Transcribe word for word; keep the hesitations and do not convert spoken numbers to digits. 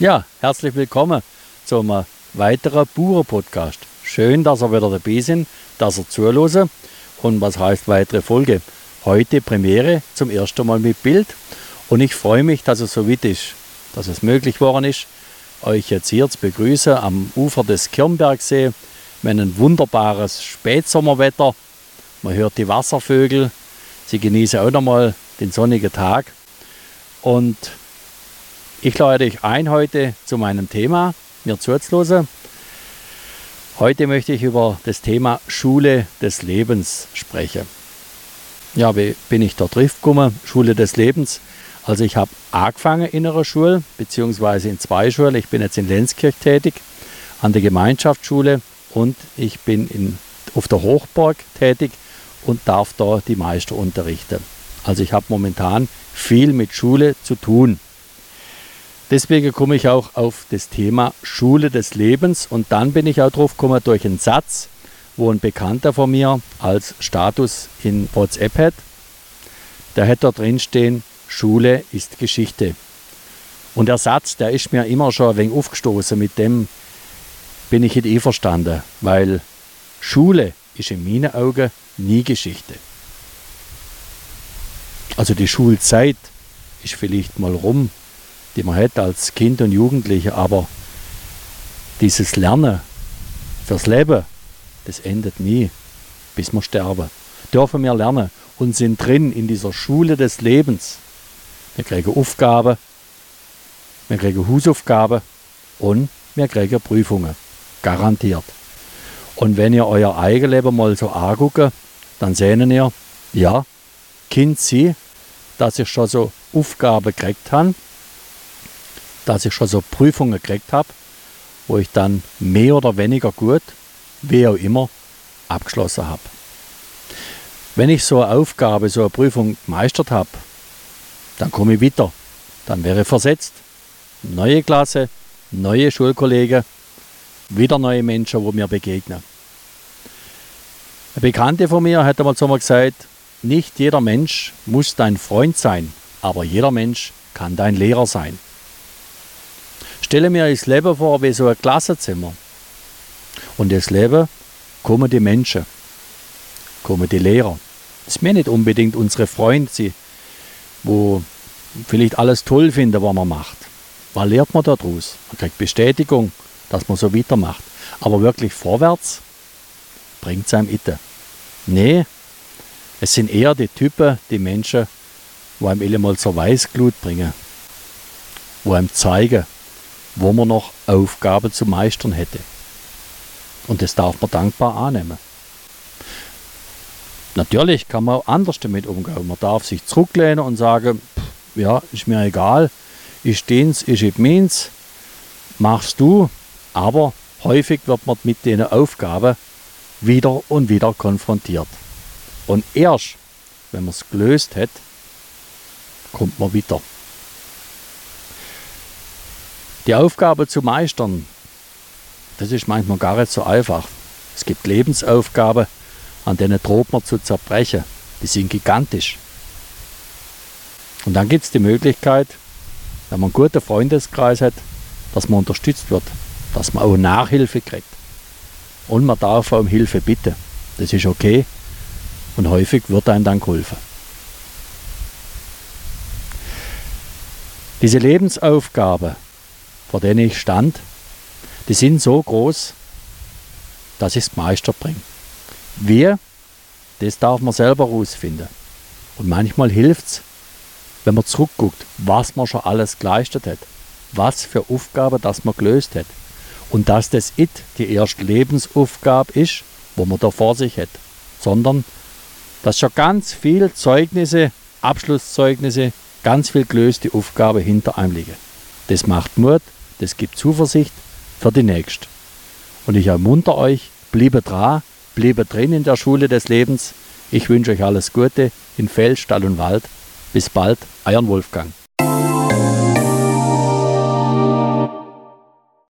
Ja, herzlich willkommen zum weiteren Bauern-Podcast. Schön, dass ihr wieder dabei sind, dass ihr zuhören. Und was heißt weitere Folge? Heute Premiere zum ersten Mal mit Bild. Und ich freue mich, dass es so weit ist, dass es möglich geworden ist, euch jetzt hier zu begrüßen am Ufer des Kirnbergsee. Wir haben ein wunderbares Spätsommerwetter. Man hört die Wasservögel. Sie genießen auch nochmal den sonnigen Tag. Und ich lade euch ein heute zu meinem Thema, mir zuzuhören. Heute möchte ich über das Thema Schule des Lebens sprechen. Ja, wie bin ich da drauf gekommen? Schule des Lebens. Also ich habe angefangen in einer Schule, beziehungsweise in zwei Schulen. Ich bin jetzt in Lenzkirch tätig, an der Gemeinschaftsschule, und ich bin in, auf der Hochburg tätig und darf da die Meister unterrichten. Also ich habe momentan viel mit Schule zu tun. Deswegen komme ich auch auf das Thema Schule des Lebens, und dann bin ich auch drauf gekommen durch einen Satz, wo ein Bekannter von mir als Status in WhatsApp hat. Da hat da drin stehen: Schule ist Geschichte. Und der Satz, der ist mir immer schon ein wenig aufgestoßen, mit dem bin ich nicht einverstanden, weil Schule ist in meinen Augen nie Geschichte. Also die Schulzeit ist vielleicht mal rum, die man hat als Kind und Jugendliche, aber dieses Lernen fürs Leben, das endet nie, bis wir sterben. Dürfen wir lernen und sind drin in dieser Schule des Lebens. Wir kriegen Aufgaben, wir kriegen Hausaufgaben und wir kriegen Prüfungen, garantiert. Und wenn ihr euer Eigenleben mal so anguckt, dann sehen ihr, ja, Kind sie, dass ich schon so Aufgaben gekriegt habe, dass ich schon so Prüfungen gekriegt habe, wo ich dann mehr oder weniger gut, wie auch immer, abgeschlossen habe. Wenn ich so eine Aufgabe, so eine Prüfung gemeistert habe, dann komme ich weiter. Dann wäre ich versetzt. Neue Klasse, neue Schulkollegen, wieder neue Menschen, die mir begegnen. Eine Bekannte von mir hat einmal zu mir gesagt: Nicht jeder Mensch muss dein Freund sein, aber jeder Mensch kann dein Lehrer sein. Stelle mir das Leben vor wie so ein Klassenzimmer. Und das Leben kommen die Menschen, kommen die Lehrer. Das sind nicht unbedingt unsere Freunde, die vielleicht alles toll finden, was man macht. Was lernt man daraus? Man kriegt Bestätigung, dass man so weitermacht. Aber wirklich vorwärts bringt es einem nicht. Nee, es sind eher die Typen, die Menschen, die einem mal zur Weißglut bringen, die einem zeigen, wo man noch Aufgaben zu meistern hätte. Und das darf man dankbar annehmen. Natürlich kann man auch anders damit umgehen. Man darf sich zurücklehnen und sagen: pff, ja, ist mir egal, ist deins, ist nicht meins, machst du. Aber häufig wird man mit den Aufgaben wieder und wieder konfrontiert. Und erst, wenn man es gelöst hat, kommt man weiter. Die Aufgabe zu meistern, das ist manchmal gar nicht so einfach. Es gibt Lebensaufgaben, an denen droht man zu zerbrechen. Die sind gigantisch. Und dann gibt es die Möglichkeit, wenn man einen guten Freundeskreis hat, dass man unterstützt wird, dass man auch Nachhilfe kriegt. Und man darf auch um Hilfe bitten. Das ist okay. Und häufig wird einem dann geholfen. Diese Lebensaufgaben, vor denen ich stand, die sind so groß, dass ich es gemeistert bringe. Wie? Das darf man selber herausfinden. Und manchmal hilft es, wenn man zurückguckt, was man schon alles geleistet hat, was für Aufgaben das man gelöst hat. Und dass das nicht die erste Lebensaufgabe ist, wo man da vor sich hat, sondern dass schon ganz viele Zeugnisse, Abschlusszeugnisse, ganz viel gelöste Aufgaben hinter einem liegen. Das macht Mut, das gibt Zuversicht für die nächste. Und ich ermuntere euch, bleibt dran, bleibt drin in der Schule des Lebens. Ich wünsche euch alles Gute in Feld, Stall und Wald. Bis bald, euer Wolfgang.